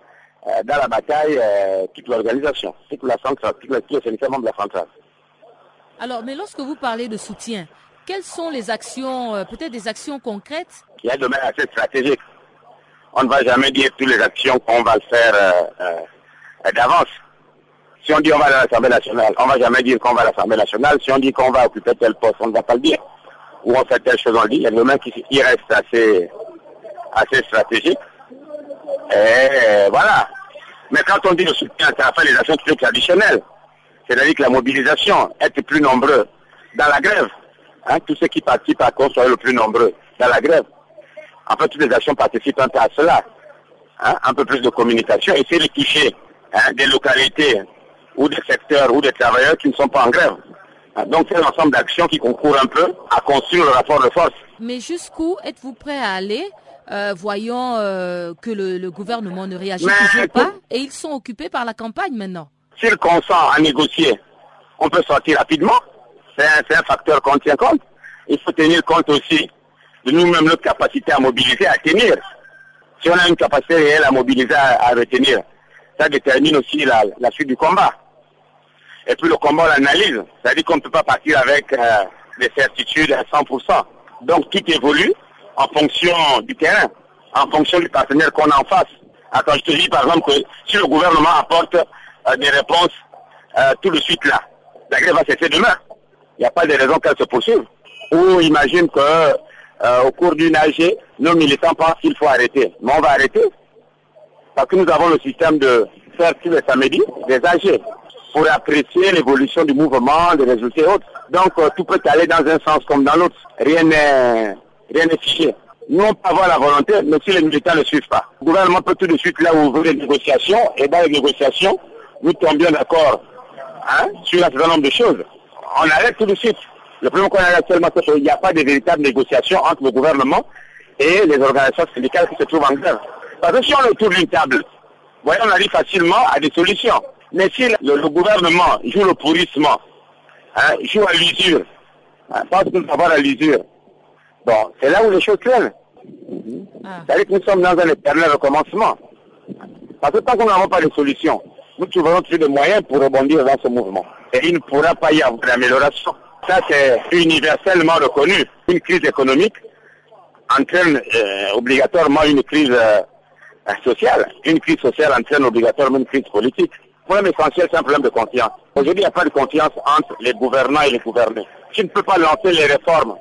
dans la bataille toute l'organisation, toute la centrale, tout le syndicat de la centrale. Alors, mais lorsque vous parlez de soutien, quelles sont les actions, peut-être des actions concrètes? Il y a un domaine assez stratégique. On ne va jamais dire toutes les actions qu'on va faire d'avance. Si on dit on va à l'Assemblée nationale, on ne va jamais dire qu'on va à l'Assemblée nationale. Si on dit qu'on va occuper tel poste, on ne va pas le dire. Ou on fait telle chose, on le dit. Il y a un domaine qui reste assez stratégique. Et voilà. Mais quand on dit le soutien, ça fait les actions plus traditionnelles. C'est-à-dire que la mobilisation, être plus nombreux dans la grève. Tous ceux qui participent à cause soient le plus nombreux dans la grève. En fait, toutes les actions participent un peu à cela. Un peu plus de communication, essayer de toucher des localités ou des secteurs ou des travailleurs qui ne sont pas en grève. Donc c'est l'ensemble d'actions qui concourent un peu à construire le rapport de force. Mais jusqu'où êtes-vous prêt à aller, voyant que le gouvernement ne réagit toujours pas et ils sont occupés par la campagne maintenant? S'ils consentent à négocier, on peut sortir rapidement. C'est un facteur qu'on tient compte. Il faut tenir compte aussi de nous-mêmes, notre capacité à mobiliser, à tenir. Si on a une capacité réelle à mobiliser, à retenir, ça détermine aussi la suite du combat. Et puis le combat, on l'analyse. C'est-à-dire qu'on ne peut pas partir avec des certitudes à 100%. Donc tout évolue en fonction du terrain, en fonction du partenaire qu'on a en face. Attends, je te dis par exemple que si le gouvernement apporte des réponses tout de suite là, la grève va cesser demain. Il n'y a pas de raison qu'elle se poursuive. Ou imagine que au cours d'une AG, nos militants pensent qu'il faut arrêter. Mais on va arrêter. Parce que nous avons le système de faire tous les samedis des AG pour apprécier l'évolution du mouvement, des résultats et autres. Donc tout peut aller dans un sens comme dans l'autre. Rien n'est figé. Nous, on peut avoir la volonté, mais si les militants ne suivent pas. Le gouvernement peut tout de suite là ouvrir les négociations, et dans les négociations, nous tombons bien d'accord sur un certain nombre de choses. On arrête tout de suite. Le problème qu'on a actuellement, c'est qu'il n'y a pas de véritable négociation entre le gouvernement et les organisations syndicales qui se trouvent en grève. Parce que si on est autour d'une table, on arrive facilement à des solutions. Mais si le gouvernement joue le pourrissement, joue à l'usure, pense que nous avons la l'usure, bon, c'est là où les choses traînent. C'est-à-dire que nous sommes dans un éternel recommencement. Parce que tant qu'on n'avons pas de solution, nous trouverons toujours des moyens pour rebondir dans ce mouvement. Et il ne pourra pas y avoir d'amélioration. Ça, c'est universellement reconnu. Une crise économique entraîne obligatoirement une crise sociale. Une crise sociale entraîne obligatoirement une crise politique. Le problème essentiel, c'est un problème de confiance. Aujourd'hui, il n'y a pas de confiance entre les gouvernants et les gouvernés. Tu ne peux pas lancer les réformes.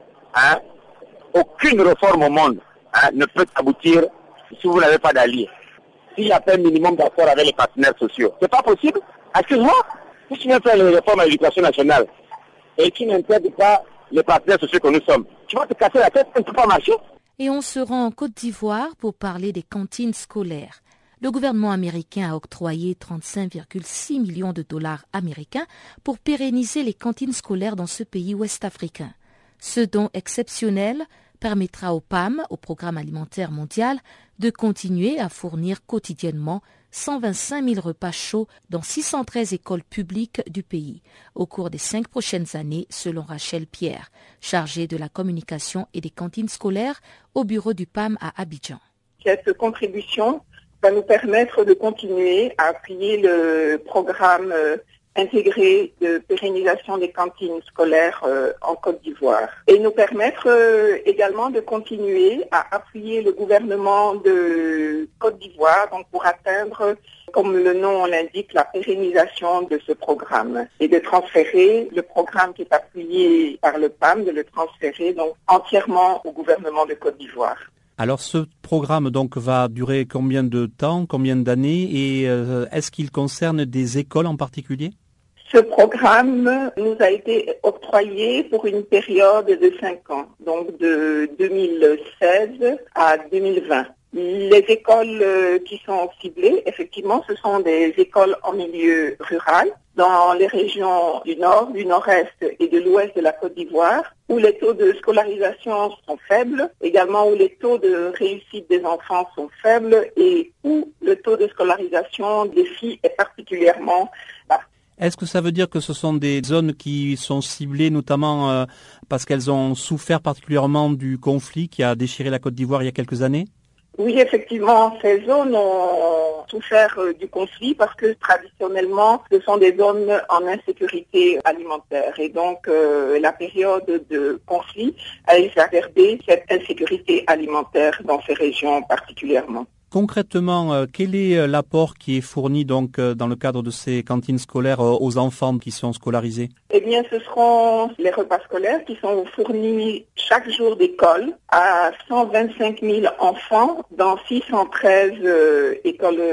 Aucune réforme au monde ne peut aboutir si vous n'avez pas d'alliés. S'il n'y a pas un minimum d'accord avec les partenaires sociaux. C'est pas possible. Excuse-moi. Si tu viens faire les réformes à l'éducation nationale et tu n'intègres pas les partenaires sociaux que nous sommes, tu vas te casser la tête, ça ne peut pas marcher. Et on se rend en Côte d'Ivoire pour parler des cantines scolaires. Le gouvernement américain a octroyé 35,6 millions de dollars américains pour pérenniser les cantines scolaires dans ce pays ouest-africain. Ce don exceptionnel permettra au PAM, au Programme alimentaire mondial, de continuer à fournir quotidiennement 125 000 repas chauds dans 613 écoles publiques du pays au cours des 5 prochaines années, selon Rachel Pierre, chargée de la communication et des cantines scolaires au bureau du PAM à Abidjan. Cette contribution va nous permettre de continuer à appuyer le programme intégré de pérennisation des cantines scolaires en Côte d'Ivoire et nous permettre également de continuer à appuyer le gouvernement de Côte d'Ivoire donc pour atteindre, comme le nom l'indique, la pérennisation de ce programme et de transférer le programme qui est appuyé par le PAM, de le transférer donc entièrement au gouvernement de Côte d'Ivoire. Alors ce programme donc va durer combien de temps, combien d'années et est-ce qu'il concerne des écoles en particulier ? Ce programme nous a été octroyé pour une période de 5 ans, donc de 2016 à 2020. Les écoles qui sont ciblées, effectivement, ce sont des écoles en milieu rural, dans les régions du nord, du nord-est et de l'ouest de la Côte d'Ivoire, où les taux de scolarisation sont faibles, également où les taux de réussite des enfants sont faibles et où le taux de scolarisation des filles est particulièrement bas. Est-ce que ça veut dire que ce sont des zones qui sont ciblées notamment parce qu'elles ont souffert particulièrement du conflit qui a déchiré la Côte d'Ivoire il y a quelques années ? Oui, effectivement, ces zones ont souffert du conflit parce que traditionnellement, ce sont des zones en insécurité alimentaire. Et donc, la période de conflit a exacerbé cette insécurité alimentaire dans ces régions particulièrement. Concrètement, quel est l'apport qui est fourni donc dans le cadre de ces cantines scolaires aux enfants qui sont scolarisés? Eh bien, ce seront les repas scolaires qui sont fournis chaque jour d'école à 125 000 enfants dans 613 écoles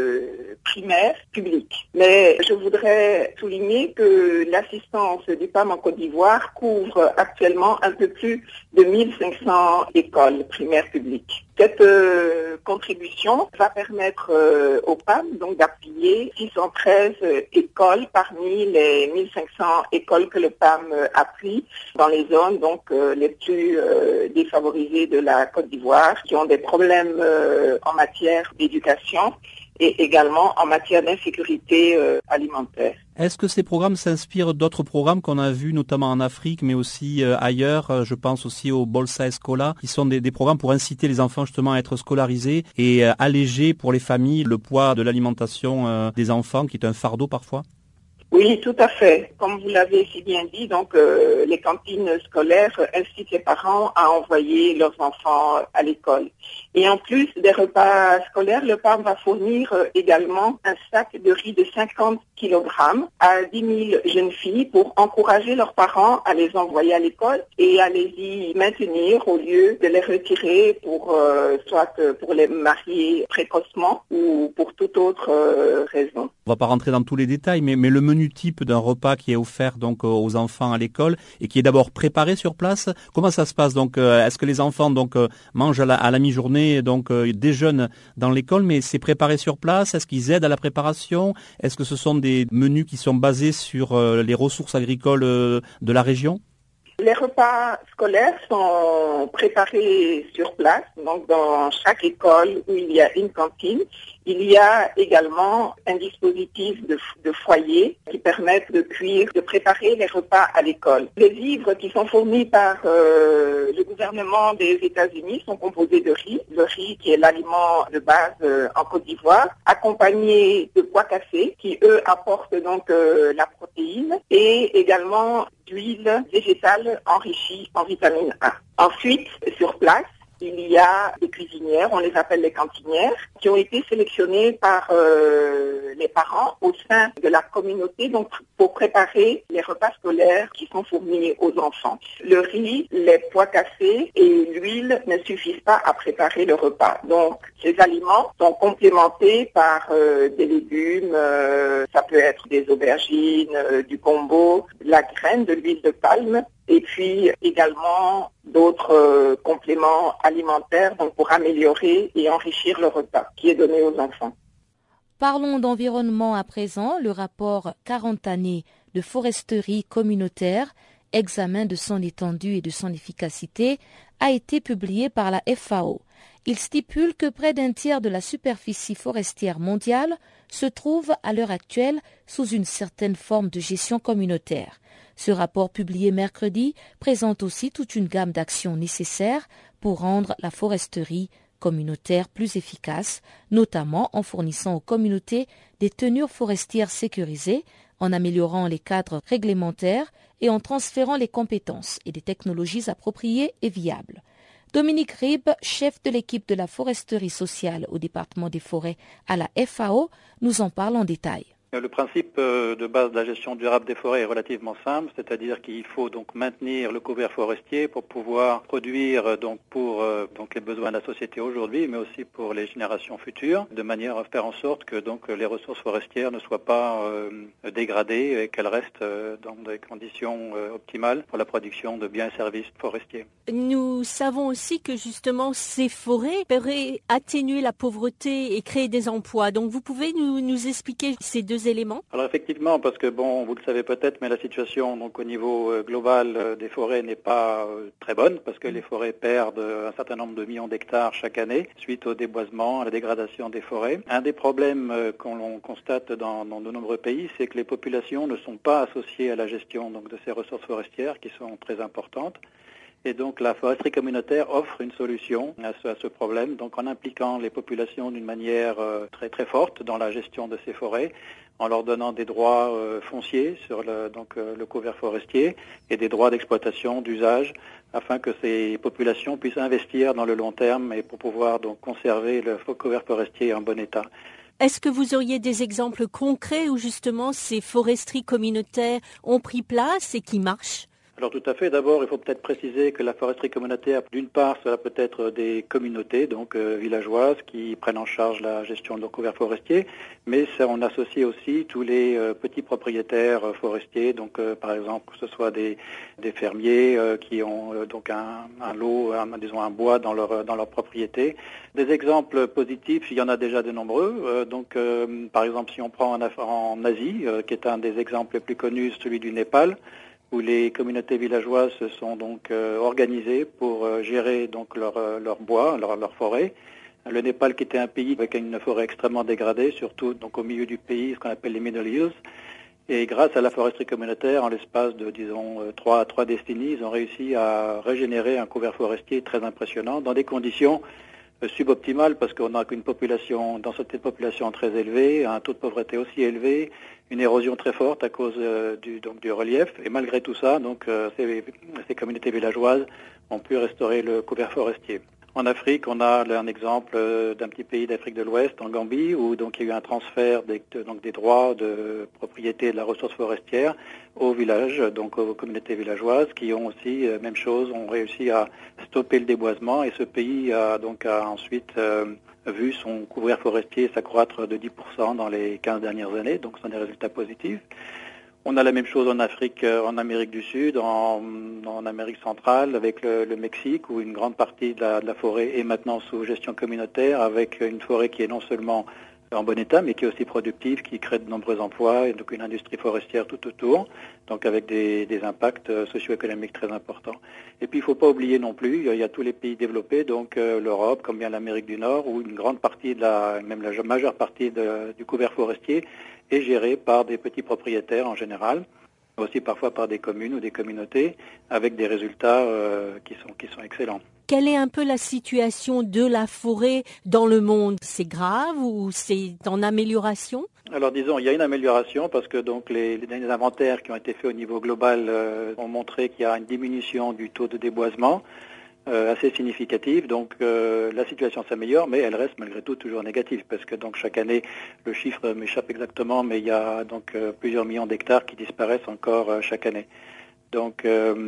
primaires publiques. Mais je voudrais souligner que l'assistance du PAM en Côte d'Ivoire couvre actuellement un peu plus de 1500 écoles primaires publiques. Cette contribution va permettre au PAM donc d'appuyer 613 écoles parmi les 1500 écoles que le PAM appuie dans les zones donc les plus défavorisées de la Côte d'Ivoire qui ont des problèmes en matière d'éducation et également en matière d'insécurité alimentaire. Est-ce que ces programmes s'inspirent d'autres programmes qu'on a vus notamment en Afrique mais aussi ailleurs? Je pense aussi au Bolsa Escola, qui sont des programmes pour inciter les enfants justement à être scolarisés et alléger pour les familles le poids de l'alimentation des enfants qui est un fardeau parfois. Oui, tout à fait. Comme vous l'avez si bien dit, donc les cantines scolaires incitent les parents à envoyer leurs enfants à l'école. Et en plus des repas scolaires, le PAM va fournir également un sac de riz de 50 kg à 10 000 jeunes filles pour encourager leurs parents à les envoyer à l'école et à les y maintenir au lieu de les retirer pour soit pour les marier précocement ou pour toute autre raison. On va pas rentrer dans tous les détails, mais le menu type d'un repas qui est offert donc aux enfants à l'école et qui est d'abord préparé sur place, comment ça se passe donc? Est-ce que les enfants donc mangent à la mi-journée, donc déjeunent dans l'école, mais c'est préparé sur place? Est-ce qu'ils aident à la préparation? Est-ce que ce sont des menus qui sont basés sur les ressources agricoles de la région? Les repas scolaires sont préparés sur place, donc dans chaque école où il y a une cantine. Il y a également un dispositif de foyer qui permettent de cuire, de préparer les repas à l'école. Les vivres qui sont fournis par le gouvernement des États-Unis sont composés de riz, le riz qui est l'aliment de base en Côte d'Ivoire, accompagné de pois cassés qui eux apportent donc la protéine et également d'huile végétale enrichie en vitamine A. Ensuite, sur place, il y a des cuisinières, on les appelle les cantinières, qui ont été sélectionnées par les parents au sein de la communauté donc pour préparer les repas scolaires qui sont fournis aux enfants. Le riz, les pois cassés et l'huile ne suffisent pas à préparer le repas. Donc ces aliments sont complémentés par des légumes, ça peut être des aubergines, du gombo, de la graine, de l'huile de palme, et puis également d'autres compléments alimentaires donc pour améliorer et enrichir le repas qui est donné aux enfants. Parlons d'environnement à présent. Le rapport 40 années de foresterie communautaire, examen de son étendue et de son efficacité, a été publié par la FAO. Il stipule que près d'un tiers de la superficie forestière mondiale se trouve à l'heure actuelle sous une certaine forme de gestion communautaire. Ce rapport publié mercredi présente aussi toute une gamme d'actions nécessaires pour rendre la foresterie communautaire plus efficace, notamment en fournissant aux communautés des tenures forestières sécurisées, en améliorant les cadres réglementaires et en transférant les compétences et des technologies appropriées et viables. Dominique Rib, chef de l'équipe de la foresterie sociale au département des forêts à la FAO, nous en parle en détail. Le principe de base de la gestion durable des forêts est relativement simple, c'est-à-dire qu'il faut donc maintenir le couvert forestier pour pouvoir produire donc pour les besoins de la société aujourd'hui, mais aussi pour les générations futures, de manière à faire en sorte que donc les ressources forestières ne soient pas dégradées et qu'elles restent dans des conditions optimales pour la production de biens et services forestiers. Nous savons aussi que justement ces forêts pourraient atténuer la pauvreté et créer des emplois. Donc vous pouvez nous expliquer ces deux éléments? Alors effectivement, parce que vous le savez peut-être, mais la situation donc au niveau global des forêts n'est pas très bonne, parce que les forêts perdent un certain nombre de millions d'hectares chaque année suite au déboisement, à la dégradation des forêts. Un des problèmes qu'on constate dans de nombreux pays, c'est que les populations ne sont pas associées à la gestion donc de ces ressources forestières qui sont très importantes. Et donc la foresterie communautaire offre une solution à ce problème, donc en impliquant les populations d'une manière très très forte dans la gestion de ces forêts, en leur donnant des droits fonciers sur le couvert forestier et des droits d'exploitation, d'usage, afin que ces populations puissent investir dans le long terme et pour pouvoir donc conserver le couvert forestier en bon état. Est-ce que vous auriez des exemples concrets où justement ces foresteries communautaires ont pris place et qui marchent ? Alors tout à fait. D'abord, il faut peut-être préciser que la foresterie communautaire, d'une part, cela peut être des communautés, donc villageoises, qui prennent en charge la gestion de leur couvert forestier, mais ça, on associe aussi tous les petits propriétaires forestiers, donc par exemple que ce soit des fermiers qui ont donc un lot, un bois dans leur propriété. Des exemples positifs, il y en a déjà de nombreux. Par exemple, si on prend en Asie, qui est un des exemples les plus connus, celui du Népal, où les communautés villageoises se sont donc organisées pour gérer donc leur bois, leur forêt. Le Népal, qui était un pays avec une forêt extrêmement dégradée, surtout donc au milieu du pays, ce qu'on appelle les Middle Hills. Et grâce à la foresterie communautaire, en l'espace de, disons, 3 décennies, ils ont réussi à régénérer un couvert forestier très impressionnant dans des conditions suboptimales, parce qu'on n'a qu'une population, densité de population très élevée, un taux de pauvreté aussi élevé, une érosion très forte à cause du relief. Et malgré tout ça, ces communautés villageoises ont pu restaurer le couvert forestier. En Afrique, on a un exemple d'un petit pays d'Afrique de l'Ouest, en Gambie, où donc il y a eu un transfert des droits de propriété de la ressource forestière aux villages, donc aux communautés villageoises, qui ont aussi, même chose, ont réussi à stopper le déboisement, et ce pays a ensuite vu son couvert forestier s'accroître de 10% dans les 15 dernières années, donc ce sont des résultats positifs. On a la même chose en Afrique, en Amérique du Sud, en Amérique centrale, avec le Mexique, où une grande partie de la forêt est maintenant sous gestion communautaire, avec une forêt qui est non seulement en bon état, mais qui est aussi productive, qui crée de nombreux emplois, et donc une industrie forestière tout autour, donc avec des impacts socio-économiques très importants. Et puis il ne faut pas oublier non plus, il y a tous les pays développés, donc l'Europe, comme bien l'Amérique du Nord, où une grande partie, même la majeure partie du couvert forestier est gérée par des petits propriétaires en général, aussi parfois par des communes ou des communautés, avec des résultats qui sont excellents. Quelle est un peu la situation de la forêt dans le monde ? C'est grave ou c'est en amélioration ? Alors disons, il y a une amélioration parce que donc les derniers inventaires qui ont été faits au niveau global ont montré qu'il y a une diminution du taux de déboisement assez significative. Donc la situation s'améliore, mais elle reste malgré tout toujours négative parce que donc chaque année, le chiffre m'échappe exactement, mais il y a donc plusieurs millions d'hectares qui disparaissent encore chaque année. Donc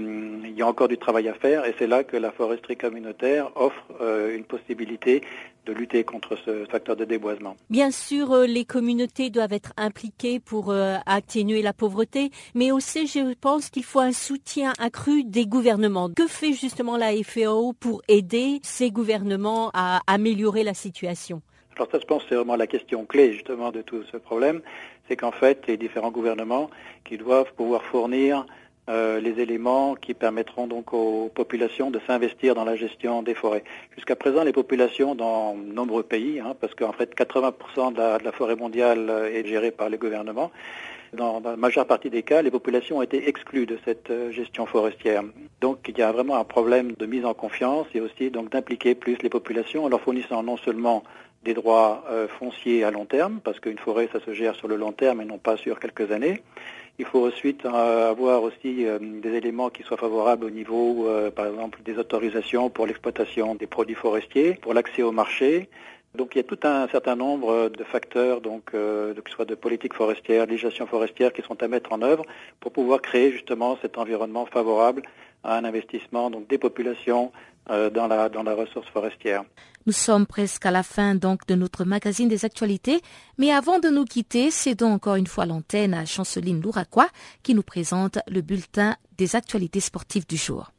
il y a encore du travail à faire, et c'est là que la foresterie communautaire offre une possibilité de lutter contre ce facteur de déboisement. Bien sûr, les communautés doivent être impliquées pour atténuer la pauvreté, mais aussi je pense qu'il faut un soutien accru des gouvernements. Que fait justement la FAO pour aider ces gouvernements à améliorer la situation ? Alors ça, je pense, c'est vraiment la question clé justement de tout ce problème, c'est qu'en fait, les différents gouvernements qui doivent pouvoir fournir les éléments qui permettront donc aux populations de s'investir dans la gestion des forêts. Jusqu'à présent, les populations dans de nombreux pays, parce qu'en fait 80% de la forêt mondiale est gérée par les gouvernements, dans la majeure partie des cas, les populations ont été exclues de cette gestion forestière. Donc il y a vraiment un problème de mise en confiance et aussi donc d'impliquer plus les populations en leur fournissant non seulement des droits fonciers à long terme, parce qu'une forêt ça se gère sur le long terme et non pas sur quelques années. Il faut ensuite avoir aussi des éléments qui soient favorables au niveau, par exemple, des autorisations pour l'exploitation des produits forestiers, pour l'accès au marché. Donc il y a tout un certain nombre de facteurs, donc que ce soit de politique forestière, de législation forestière, qui sont à mettre en œuvre pour pouvoir créer justement cet environnement favorable à un investissement donc des populations dans la ressource forestière. Nous sommes presque à la fin donc de notre magazine des actualités, mais avant de nous quitter, cédons encore une fois l'antenne à Chanceline Louraquois qui nous présente le bulletin des actualités sportives du jour.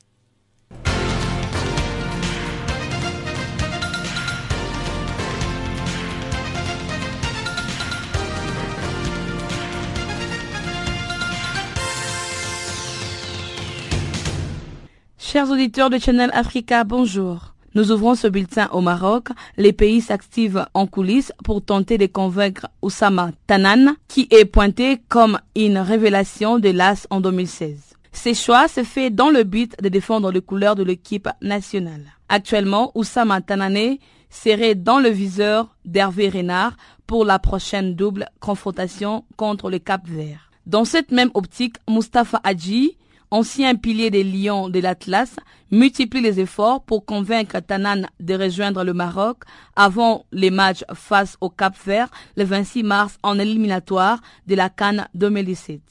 Chers auditeurs de Channel Africa, bonjour. Nous ouvrons ce bulletin au Maroc. Les pays s'activent en coulisses pour tenter de convaincre Oussama Tanane, qui est pointé comme une révélation de l'AS en 2016. Ce choix se fait dans le but de défendre les couleurs de l'équipe nationale. Actuellement, Oussama Tanane serait dans le viseur d'Hervé Renard pour la prochaine double confrontation contre le Cap-Vert. Dans cette même optique, Mustapha Hadji, ancien pilier des Lions de l'Atlas, multiplie les efforts pour convaincre Tanane de rejoindre le Maroc avant les matchs face au Cap-Vert le 26 mars en éliminatoire de la CAN 2017.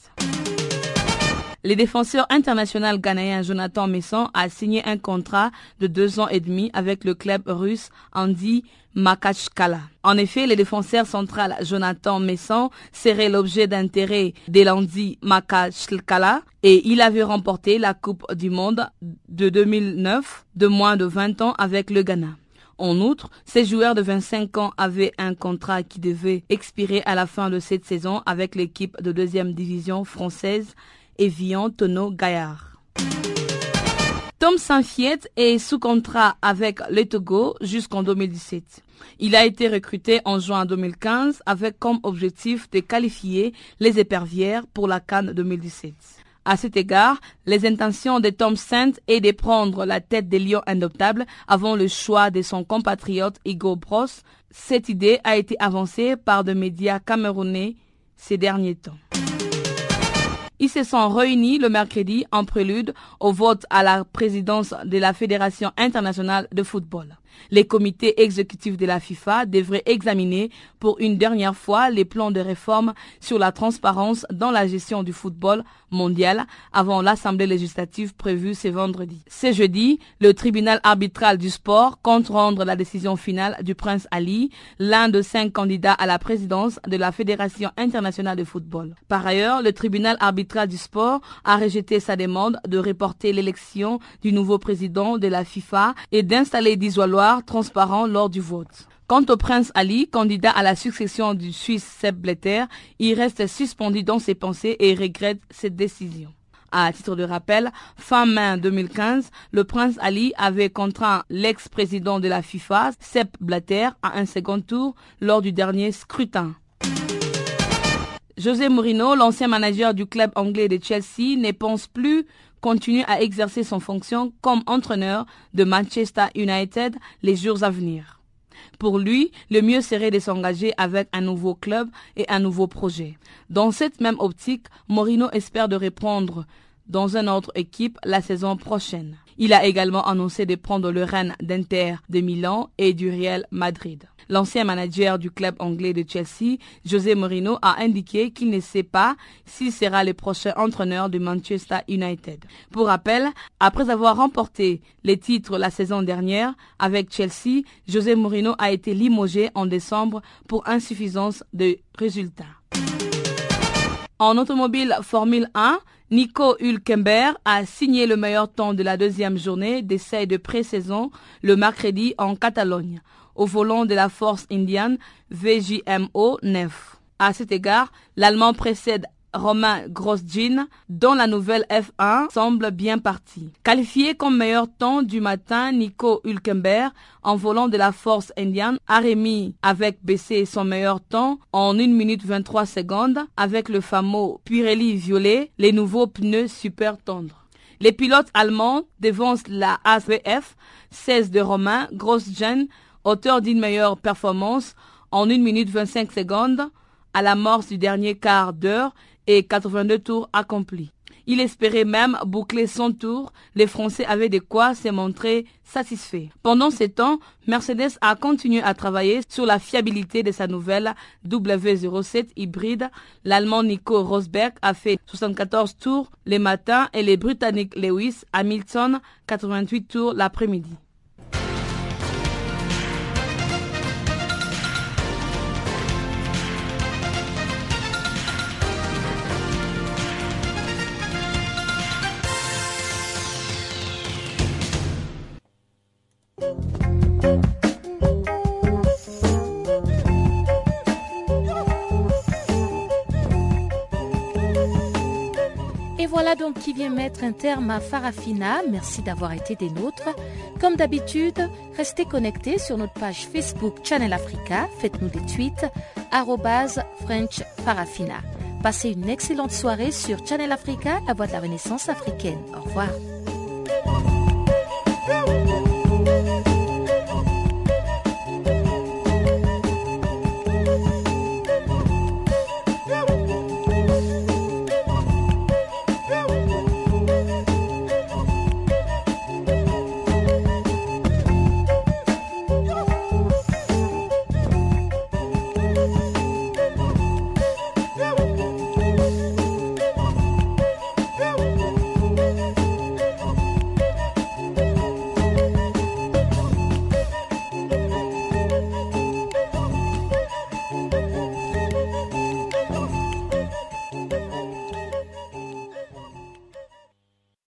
Le défenseur international ghanéen Jonathan Messon a signé un contrat de 2 ans et demi avec le club russe Andy Makachkala. En effet, le défenseur central Jonathan Messon serait l'objet d'intérêt de l'Andy Makachkala et il avait remporté la Coupe du Monde de 2009 de moins de 20 ans avec le Ghana. En outre, ces joueurs de 25 ans avaient un contrat qui devait expirer à la fin de cette saison avec l'équipe de 2e division française Evian Tono Gaillard. Tom Saintfiet est sous contrat avec le Togo jusqu'en 2017. Il a été recruté en juin 2015 avec comme objectif de qualifier les épervières pour la CAN 2017. À cet égard, les intentions de Tom Saint est de prendre la tête des Lions indomptables avant le choix de son compatriote Igor Bros. Cette idée a été avancée par des médias camerounais ces derniers temps. Ils se sont réunis le mercredi en prélude au vote à la présidence de la Fédération internationale de football. Les comités exécutifs de la FIFA devraient examiner pour une dernière fois les plans de réforme sur la transparence dans la gestion du football mondial avant l'Assemblée législative prévue ce vendredi. Ce jeudi, le tribunal arbitral du sport compte rendre la décision finale du Prince Ali, l'un de 5 candidats à la présidence de la Fédération internationale de football. Par ailleurs, le tribunal arbitral du sport a rejeté sa demande de reporter l'élection du nouveau président de la FIFA et d'installer d'isoloirs transparents lors du vote. Quant au Prince Ali, candidat à la succession du Suisse Sepp Blatter, il reste suspendu dans ses pensées et regrette cette décision. À titre de rappel, fin mai 2015, le Prince Ali avait contraint l'ex-président de la FIFA, Sepp Blatter, à un second tour lors du dernier scrutin. José Mourinho, l'ancien manager du club anglais de Chelsea, ne pense plus continuer à exercer son fonction comme entraîneur de Manchester United les jours à venir. Pour lui, le mieux serait de s'engager avec un nouveau club et un nouveau projet. Dans cette même optique, Mourinho espère de reprendre dans une autre équipe la saison prochaine. Il a également annoncé de prendre le rêne d'Inter de Milan et du Real Madrid. L'ancien manager du club anglais de Chelsea, José Mourinho, a indiqué qu'il ne sait pas s'il sera le prochain entraîneur de Manchester United. Pour rappel, après avoir remporté les titres la saison dernière avec Chelsea, José Mourinho a été limogé en décembre pour insuffisance de résultats. En automobile Formule 1, Nico Hülkenberg a signé le meilleur temps de la 2e journée d'essai de pré-saison le mercredi en Catalogne, au volant de la Force Indian VJMO 9. À cet égard, l'Allemand précède Romain Grosjean, dont la nouvelle F1 semble bien partie. Qualifié comme meilleur temps du matin, Nico Hülkenberg, en volant de la Force Indian, a remis avec BC son meilleur temps en 1 minute 23 secondes avec le fameux Pirelli violet, les nouveaux pneus super tendres. Les pilotes allemands devancent la AVF 16 de Romain Grosjean, auteur d'une meilleure performance en 1 minute 25 secondes à l'amorce du dernier quart d'heure et 82 tours accomplis. Il espérait même boucler son tour. Les Français avaient de quoi se montrer satisfaits. Pendant ce temps, Mercedes a continué à travailler sur la fiabilité de sa nouvelle W07 hybride. L'Allemand Nico Rosberg a fait 74 tours le matin et le Britannique Lewis Hamilton 88 tours l'après-midi. Et voilà donc qui vient mettre un terme à Farafina. Merci d'avoir été des nôtres. Comme d'habitude, restez connectés sur notre page Facebook Channel Africa. Faites-nous des tweets @French Farafina. Passez une excellente soirée sur Channel Africa, la voix de la Renaissance africaine. Au revoir.